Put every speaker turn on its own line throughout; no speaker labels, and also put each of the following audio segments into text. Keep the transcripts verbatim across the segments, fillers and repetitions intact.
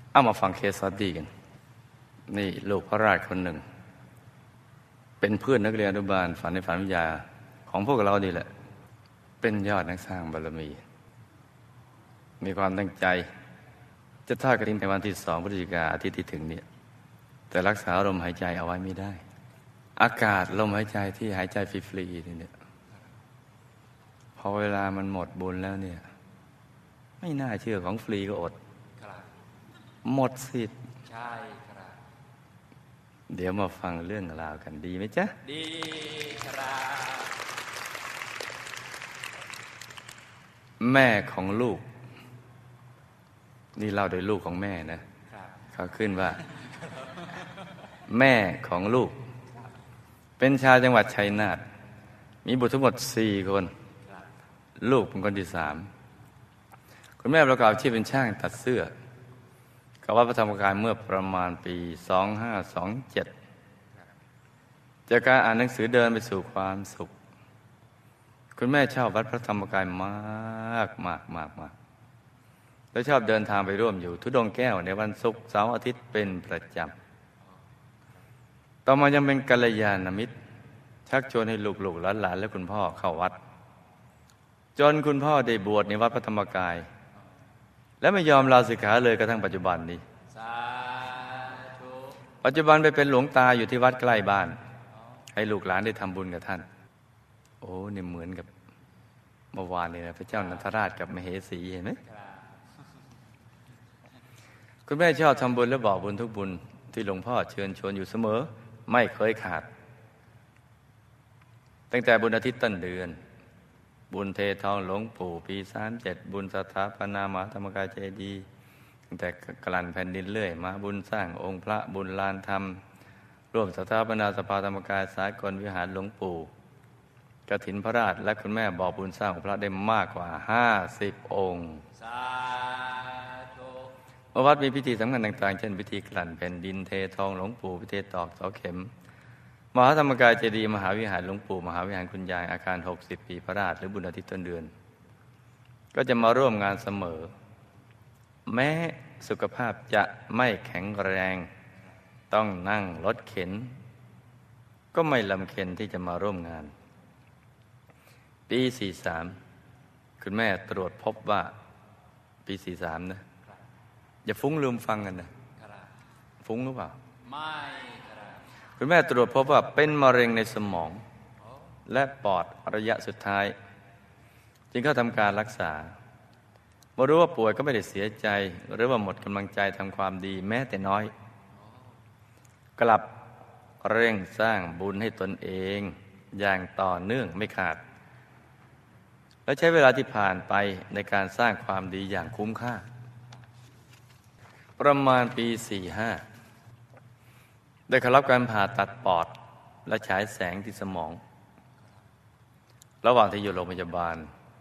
เอามาฟังเคสสตั๊ดดี้กันนี่ลูกพระราชคนหนึ่งเป็นเพื่อนนักเรียนอนุบาลฝันในฝันวิทยาของพวกเราดีแหละเป็นยอดนักสร้างบารมีมีความตั้งใจจะทอดกฐินในวันที่สองพฤศจิกายนอาทิตย์ที่ถึงเนี่ยแต่รักษาลมหายใจเอาไว้ไม่ได้อากาศลมหายใจที่หายใจฟรีๆเนี่ยพอเวลามันหมดบุญแล้วเนี่ยไม่น่าเชื่อของฟรีก็อดหมดสิทธิ์
ใช่ครับ
เดี๋ยวมาฟังเรื่องราวกันดีไหมจ๊ะ
ดีครับ
แม่ของลูกนี่เล่าโดยลูกของแม่นะเขาขึ้นว่าแม่ของลูกเป็นชาวจังหวัดชัยนาทมีบุตรทั้งหมดสี่คนลูกเป็นคนที่สามคุณแม่ประกอบอาชีพเป็นช่างตัดเสื้อกับวัดพระธรรมกายเมื่อประมาณปีสองห้าสองเจ็ดจากการอ่านหนังสือเดินไปสู่ความสุขคุณแม่ชอบวัดพระธรรมกายมากมากมากมากและชอบเดินทางไปร่วมอยู่ธุดงค์แก้วในวันศุกร์เสาร์อาทิตย์เป็นประจำต่อมายังเป็นกัลยาณมิตรชักชวนให้ลูกๆหลานๆและคุณพ่อเข้าวัดจนคุณพ่อได้บวชในวัดพระธรรมกายและไม่ยอมลาสิกขาเลยกระทั่งปัจจุบันนี้ปัจจุบันไปเป็นหลวงตาอยู่ที่วัดใกล้บ้านให้ลูกหลานได้ทำบุญกับท่านโอ้นี่เหมือนกับเมื่อวานนี่นะพระเจ้านันทราชกับมเหสีเห็นไหมคุณแม่ชอบทำบุญและบอกบุญทุกบุญที่หลวงพ่อเชิญชวนอยู่เสมอไม่เคยขาดตั้งแต่บุญอาทิตย์ต้นเดือนบุญเททองหลวงปู่ปีสามเจ็ดบุญสถาปนามหาธรรมกายเจดีย์ตั้งแต่กลั่นแผ่นดินเรื่อยมาบุญสร้างองค์พระบุญลานธรรมร่วมสถาปนาสภาธรรมกายสากลวิหารหลวงปู่กฐินพระราชและคุณแม่บอกบุญสร้างองค์พระได้มากกว่าห้าสิบองค์วัดมีพิธีสำคัญต่างๆเช่นพิธีกลั่นแผ่นดินเททองหลวงปู่พิธีตอกเสาเข็มมหาธรรมกายเจดีย์มหาวิหารหลวงปู่มหาวิหารคุณยายอาคารหกสิบปีพระราชหรือบุญอาทิตย์ต้นเดือนก็จะมาร่วมงานเสมอแม้สุขภาพจะไม่แข็งแรงต้องนั่งรถเข็นก็ไม่ลำเค็ญที่จะมาร่วมงานปีสี่สามคุณแม่ตรวจพบว่าปีสี่สามนะอย่าฟุ้งลืมฟังกันนะฟุ้งหรือเปล่า
ไม่
คุณแม่ตรวจพบว่าเป็นมะเร็งในสมองและปอดระยะสุดท้ายจึงเข้าทำการรักษาเมื่อรู้ว่าป่วยก็ไม่ได้เสียใจหรือว่าหมดกำลังใจทำความดีแม้แต่น้อยกลับเร่งสร้างบุญให้ตนเองอย่างต่อเนื่องไม่ขาดและใช้เวลาที่ผ่านไปในการสร้างความดีอย่างคุ้มค่าประมาณปีสี่ห้าได้เข้ารับการผ่าตัดปอดและฉายแสงที่สมองระหว่างที่อยู่โรงพยาบาล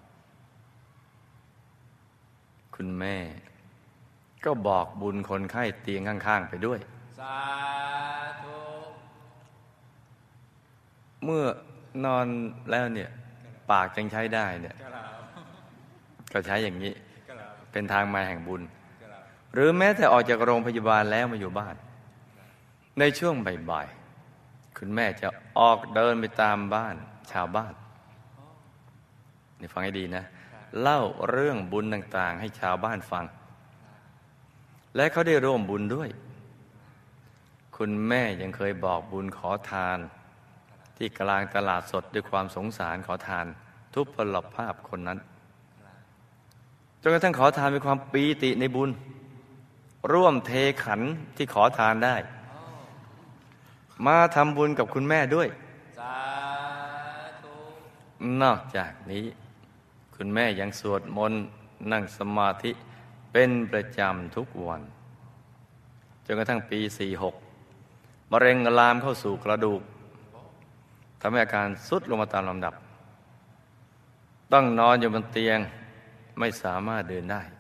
คุณแม่ก็บอกบุญคนไข้เตียงข้างๆไปด้วย
สาธุ
เมื่อนอนแล้วเนี่ยปากยังใช้ได้เนี่ยก็ใช้อย่างนี้เป็นทางมาแห่งบุญหรือแม้แต่ออกจากโรงพยาบาลแล้วมาอยู่บ้านในช่วงบ่ายๆคุณแม่จะออกเดินไปตามบ้านชาวบ้านนี่ฟังให้ดีนะเล่าเรื่องบุญต่างๆให้ชาวบ้านฟังและเขาได้ร่วมบุญด้วยคุณแม่ยังเคยบอกบุญขอทานที่กลางตลาดสดด้วยความสงสารขอทานทุพพลภาพคนนั้นจนกระทั่งขอทานมีความปีติในบุญร่วมเทขันที่ขอทานได้มาทำบุญกับคุณแม่ด้วยนอกจากนี้คุณแม่ยังสวดมนต์นั่งสมาธิเป็นประจำทุกวันจนกระทั่งปีสี่หกมะเร็งลามเข้าสู่กระดูกทำให้อาการทรุดลงมาตามลำดับต้องนอนอยู่บนเตียงไม่สามารถเดินได้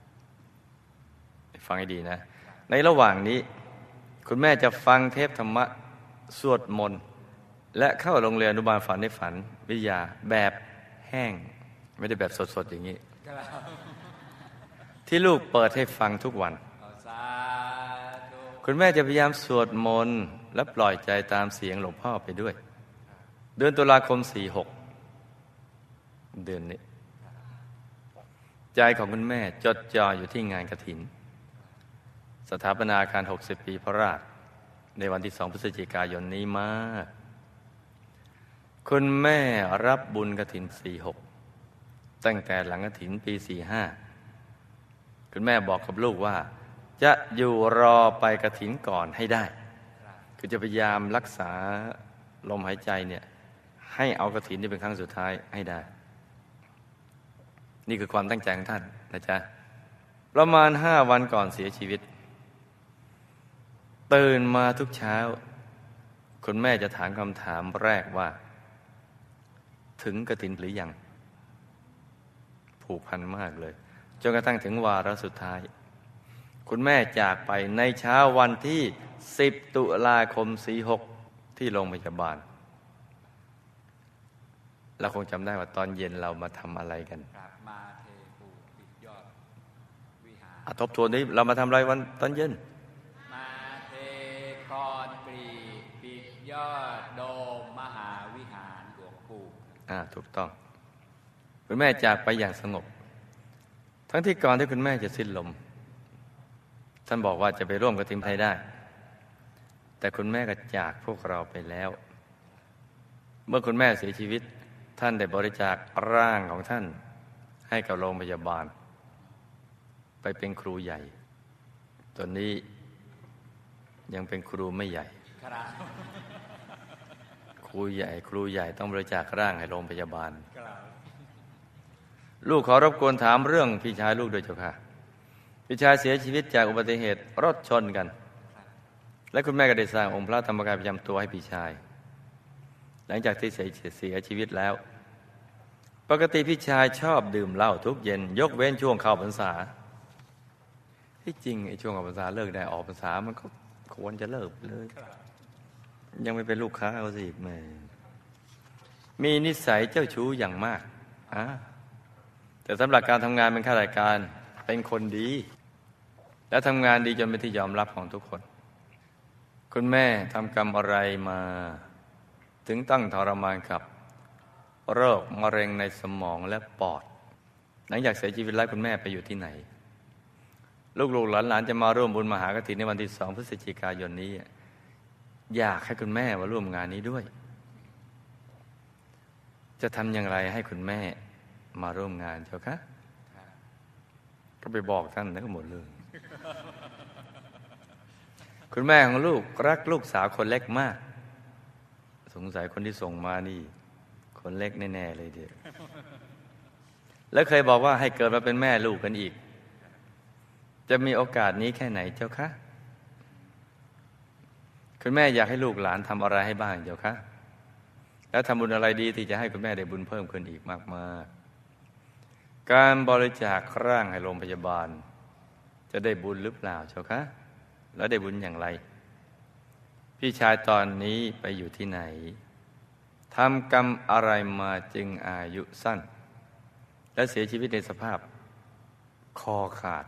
ฟังให้ดีนะในระหว่างนี้คุณแม่จะฟังเทปธรรมะสวดมนต์และเข้าโรงเรียนอนุบาลฝันในฝันวิทยาแบบแห้งไม่ได้แบบสดๆอย่างนี้ที่ลูกเปิดให้ฟังทุกวันคุณแม่จะพยายามสวดมนต์และปล่อยใจตามเสียงหลวงพ่อไปด้วยเดือนตุลาคมสี่หกเดือนนี้ใจของคุณแม่จดจ่ออยู่ที่งานกฐินสถาปนาอาคารหกสิบปีพระราชในวันที่สองพฤศจิกายนนี้มากคุณแม่รับบุญกฐินสี่หกตั้งแต่หลังกฐินปีสี่ห้าคุณแม่บอกกับลูกว่าจะอยู่รอไปกฐินก่อนให้ได้คือจะพยายามรักษาลมหายใจเนี่ยให้เอากฐินที่เป็นครั้งสุดท้ายให้ได้นี่คือความตั้งใจของท่านนะจ๊ะประมาณห้าวันก่อนเสียชีวิตตื่นมาทุกเช้าคุณแม่จะถามคำถามแรกว่าถึงกฐินหรือยังผูกพันมากเลยจนกระทั่งถึงวาระสุดท้ายคุณแม่จากไปในเช้าวันที่สิบตุลาคมสี่หกที่โรงพยาบาลเราคงจำได้ว่าตอนเย็นเรามาทำอะไรกัน
มาเทปูปิดยอดวิหาร
ทบทวนนี้เรามาทำอะไรวันตอนเย็น
มาเทคอนกรีตปิดยอดโดมมหาวิหารหลวงปู่
อ่าถูกต้องคุณแม่จากไปอย่างสงบทั้งที่ก่อนที่คุณแม่จะสิ้นลมท่านบอกว่าจะไปร่วมกฐินไทยได้แต่คุณแม่ก็จากพวกเราไปแล้วเมื่อคุณแม่เสียชีวิตท่านได้บริจาคร่างของท่านให้กับโรงพยาบาลไปเป็นครูใหญ่ตอนนี้ยังเป็นครูไม่ใหญ่ครูใหญ่ครูใหญ่ต้องบริจาคร่างให้โรงพยาบาลลูกขอรบกวนถามเรื่องพี่ชายลูกด้วยเจ้าค่ะพี่ชายเสียชีวิตจากอุบัติเหตุรถชนกันและคุณแม่ก็ได้สร้างองค์พระธรรมกายประจำตัวให้พี่ชายหลังจากที่เสียชีวิตแล้วปกติพี่ชายชอบดื่มเหล้าทุกเย็นยกเว้นช่วงเข้าพรรษาที่จริงไอ้ช่วงเข้าพรรษาเลิกได้ออกพรรษามันก็ควรจะเลิกเลยยังไม่เป็นลูกค้าเขาสิแม่มีนิสัยเจ้าชู้อย่างมากอ่ะแต่สำหรับการทำงานเป็นข้าราชการเป็นคนดีและทำงานดีจนเป็นที่ยอมรับของทุกคนคุณแม่ทำกรรมอะไรมาถึงต้องทรมานกับโรคมะเร็งในสมองและปอดหลังจากเสียชีวิตแล้วคุณแม่ไปอยู่ที่ไหนลูกๆหลานๆจะมาร่วมบุญมหากฐินในวันที่สองพฤศจิกายนนี้อยากให้คุณแม่มาร่วมงานนี้ด้วยจะทำอย่างไรให้คุณแม่มาร่วมงานเจ้าคะก็ไปบอกท่านทั้งหมดเลยคุณแม่ของลูกรักลูกสาวคนเล็กมากสงสัยคนที่ส่งมานี่คนเล็กแน่ๆเลยเดียวแล้วเคยบอกว่าให้เกิดมาเป็นแม่ลูกกันอีกจะมีโอกาสนี้แค่ไหนเจ้าคะคุณแม่อยากให้ลูกหลานทำอะไรให้บ้างเจ้าคะแล้วทำบุญอะไรดีที่จะให้คุณแม่ได้บุญเพิ่มขึ้นอีกมากๆการบริจาคร่างให้โรงพยาบาลจะได้บุญหรือเปล่าเจ้าคะแล้วได้บุญอย่างไรพี่ชายตอนนี้ไปอยู่ที่ไหนทำกรรมอะไรมาจึงอายุสั้นและเสียชีวิตในสภาพคอขาด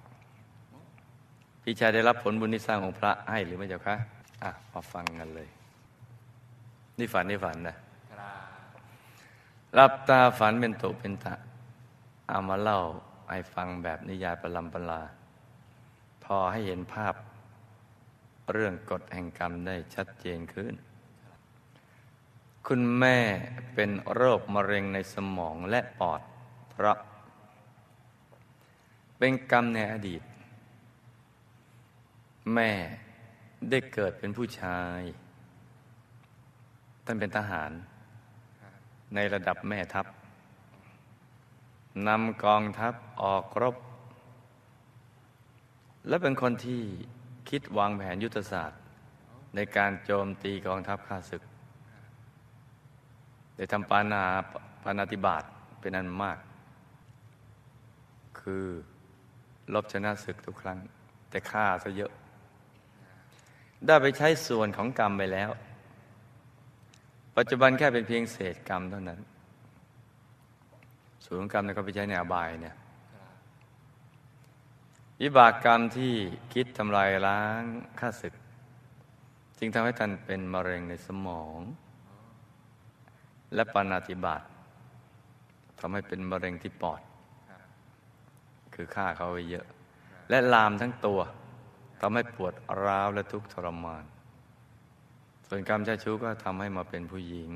พี่ชายได้รับผลบุญที่สร้างองค์พระให้หรือไม่เจ้าคะอ่ะมาฟังกันเลยนี่ฝันนี่ฝันนะหลับตาฝันเป็นตุเป็นตะเอามาเล่าให้ฟังแบบนิยายประลำประลาพอให้เห็นภาพเรื่องกฎแห่งกรรมได้ชัดเจนขึ้นคุณแม่เป็นโรคมะเร็งในสมองและปอดเพราะเป็นกรรมในอดีตแม่ได้เกิดเป็นผู้ชายท่านเป็นทหารในระดับแม่ทัพนำกองทัพออกรบและเป็นคนที่คิดวางแผนยุทธศาสตร์ในการโจมตีกองทัพข้าศึกได้ทำปานาปาณาติบาตเป็นอันมากคือลบชนะศึกทุกครั้งแต่ฆ่าซะเยอะได้ไปใช้ส่วนของกรรมไปแล้วปัจจุบันแค่เป็นเพียงเศษกรรมเท่านั้นส่วนของกรรมเนี่ยก็ไปใช้ในอบายเนี่ยวิบากกรรมที่คิดทำลายล้างข้าศึกจึงทำให้ท่านเป็นมะเร็งในสมองและปาณาติบาตทำให้เป็นมะเร็งที่ปอดคือฆ่าเขาไว้เยอะและลามทั้งตัวทำให้ปวดร้าวและทุกข์ทรมานส่วนกรรมเจ้าชู้ก็ทำให้มาเป็นผู้หญิง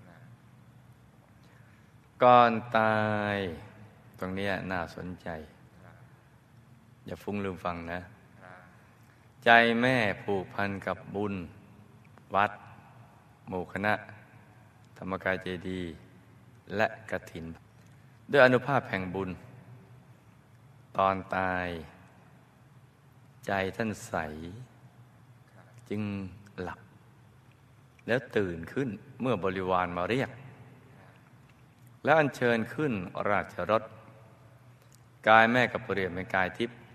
ก่อนตายตรงนี้น่าสนใจอย่าฟุ้งลืมฟังนะใจแม่ผูกพันกับบุญวัดหมู่คณะธรรมกายเจดีย์และกฐินด้วยอานุภาพแห่งบุญตอนตายใจท่านใสจึงหลับแล้วตื่นขึ้นเมื่อบริวารมาเรียกแล้วอัญเชิญขึ้นราชรถกายแม่กับเปรียบเป็นกายทิพย์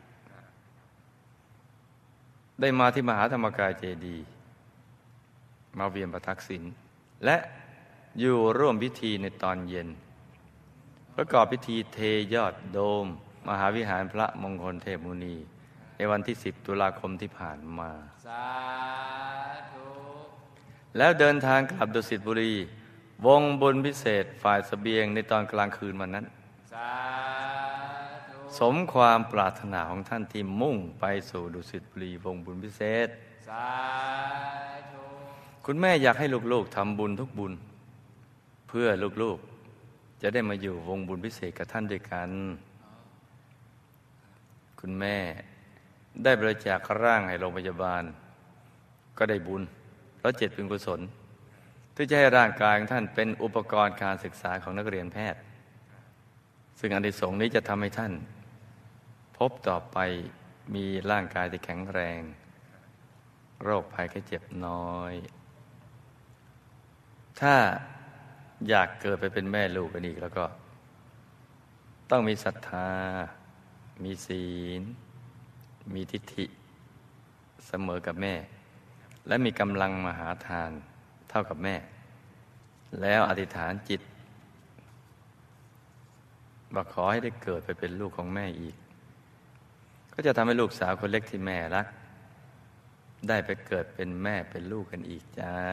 ได้มาที่มหาธรรมกายเจดีย์มาเวียนประทักษิณและอยู่ร่วมพิธีในตอนเย็นประกอบพิธีเทยอดโดมมหาวิหารพระมงคลเทพมุนีในวันที่สิบตุลาคมที่ผ่านมา
สาธุ
แล้วเดินทางกลับดุสิตบุรีวงบุญพิเศษฝ่ายเสบียงในตอนกลางคืนวันนั้น
สาธุ
สมความปรารถนาของท่านที่มุ่งไปสู่ดุสิตบุรีวงบุญพิเศษ
สาธุ
คุณแม่อยากให้ลูกๆทำบุญทุกบุญเพื่อลูกๆจะได้มาอยู่วงบุญพิเศษกับท่านด้วยกันคุณแม่ได้บริจาคร่างให้โรงพยาบาลก็ได้บุญเพราะเจ็ดเป็นกุศลที่จะให้ร่างกายของท่านเป็นอุปกรณ์การศึกษาของนักเรียนแพทย์ซึ่งอานิสงส์นี้จะทำให้ท่านพบต่อไปมีร่างกายที่แข็งแรงโรคภัยแค่เจ็บน้อยถ้าอยากเกิดไปเป็นแม่ลูกกันอีกแล้วก็ต้องมีศรัทธามีศีลมีทิฏฐิเสมอกับแม่และมีกำลังมหาทานเท่ากับแม่แล้วอธิษฐานจิตบอกขอให้ได้เกิดไปเป็นลูกของแม่อีกก็จะทำให้ลูกสาวคนเล็กที่แม่รักได้ไปเกิดเป็นแม่เป็นลูกกันอีกจ้า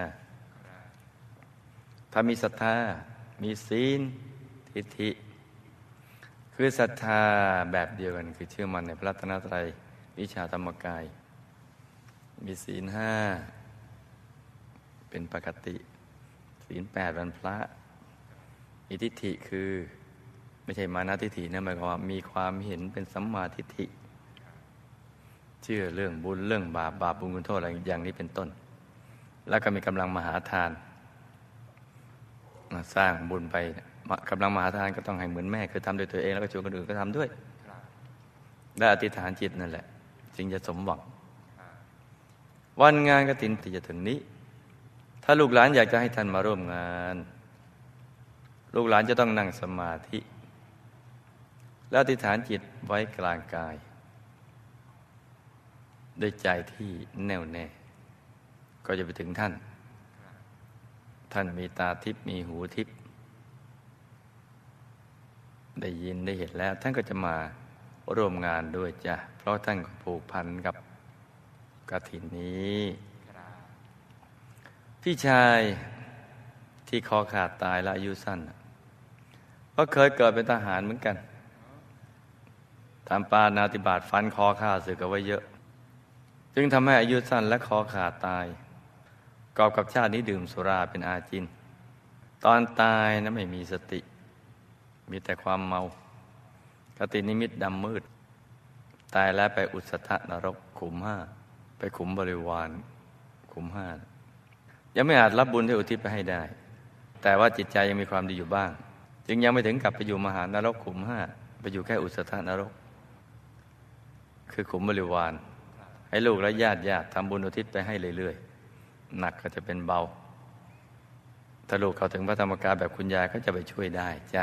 ถ้ามีศรัทธามีศีลทิฏฐิคือศรัทธาแบบเดียวกันคือเชื่อมั่นในพระรัตนตรัยวิชาธรรมกายมีศีลห้าเป็นปกติศีลแปดวันพระมีทิฏฐิคือไม่ใช่มานะทิฏฐินะหมายความว่ามีความเห็นเป็นสัมมาทิฏฐิเชื่อเรื่องบุญเรื่องบาปบาปบุญคุณโทษอะไรอย่างนี้เป็นต้นแล้วก็มีกำลังมหาทานสร้างบุญไปกำลังมหาทานก็ต้องให้เหมือนแม่คือทำโดยตัวเองแล้วก็ชวนคนอื่นก็ทำด้วยและอธิษฐานจิตนั่นแหละจึงจะสมหวังวันงานกฐินที่จะถึงนี้ถ้าลูกหลานอยากจะให้ท่านมาร่วมงานลูกหลานจะต้องนั่งสมาธิแล้วอธิษฐานจิตไว้กลางกายด้วยใจที่แน่วแน่ก็จะไปถึงท่านท่านมีตาทิพย์มีหูทิพย์ได้ยินได้เห็นแล้วท่านก็จะมาร่วมงานด้วยจ้ะเพราะท่านผูกพันกับกฐินนี้พี่ชายที่คอขาดตายและอายุสั้นก็เคยเกิดเป็นทหารเหมือนกันทำปาณาติบาตฟันคอฆ่าศึกเอาไว้เยอะจึงทำให้อายุสั้นและคอขาดตายกอบกับชาตินี้ดื่มสุราเป็นอาจินตอนตายนะไม่มีสติมีแต่ความเมากฐินนิมิตดำมืดตายแล้วไปอุสธนรกขุมห้าไปขุมบริวารขุมห้ายังไม่อาจรับบุญที่อุทิศไปให้ได้แต่ว่าจิตใจยังมีความดีอยู่บ้างจึงยังไม่ถึงกลับไปอยู่มหานรกขุมห้าไปอยู่แค่อุสธนรกคือขุมบริวารให้ลูกและญาติญาติทำบุญอุทิศไปให้เรื่อยๆหนักก็จะเป็นเบาถ้าลูกเข้าถึงพระธรรมกายแบบคุณยายก็จะไปช่วยได้จ้ะ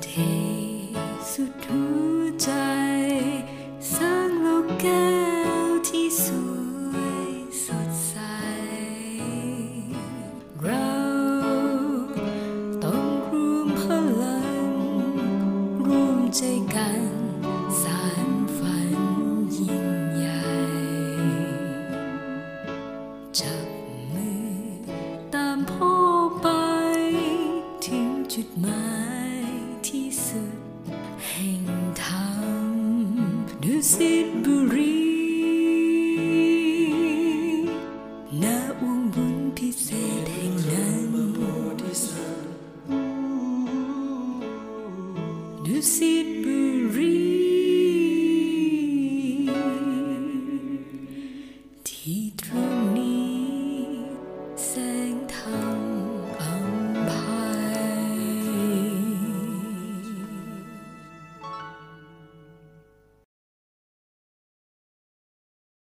เทสุดหัวใจสร้างโลกแก้วที่สวยสดใสเราต้องร่วมพลังร่วมใจกันสานฝันยิ่งใหญ่จับมือตามพ่อไปถึงจุดหมายที่สุดแห่งธรรมดุสิตบุรีณวงบุญพิเศษแห่งนั้นดุสิต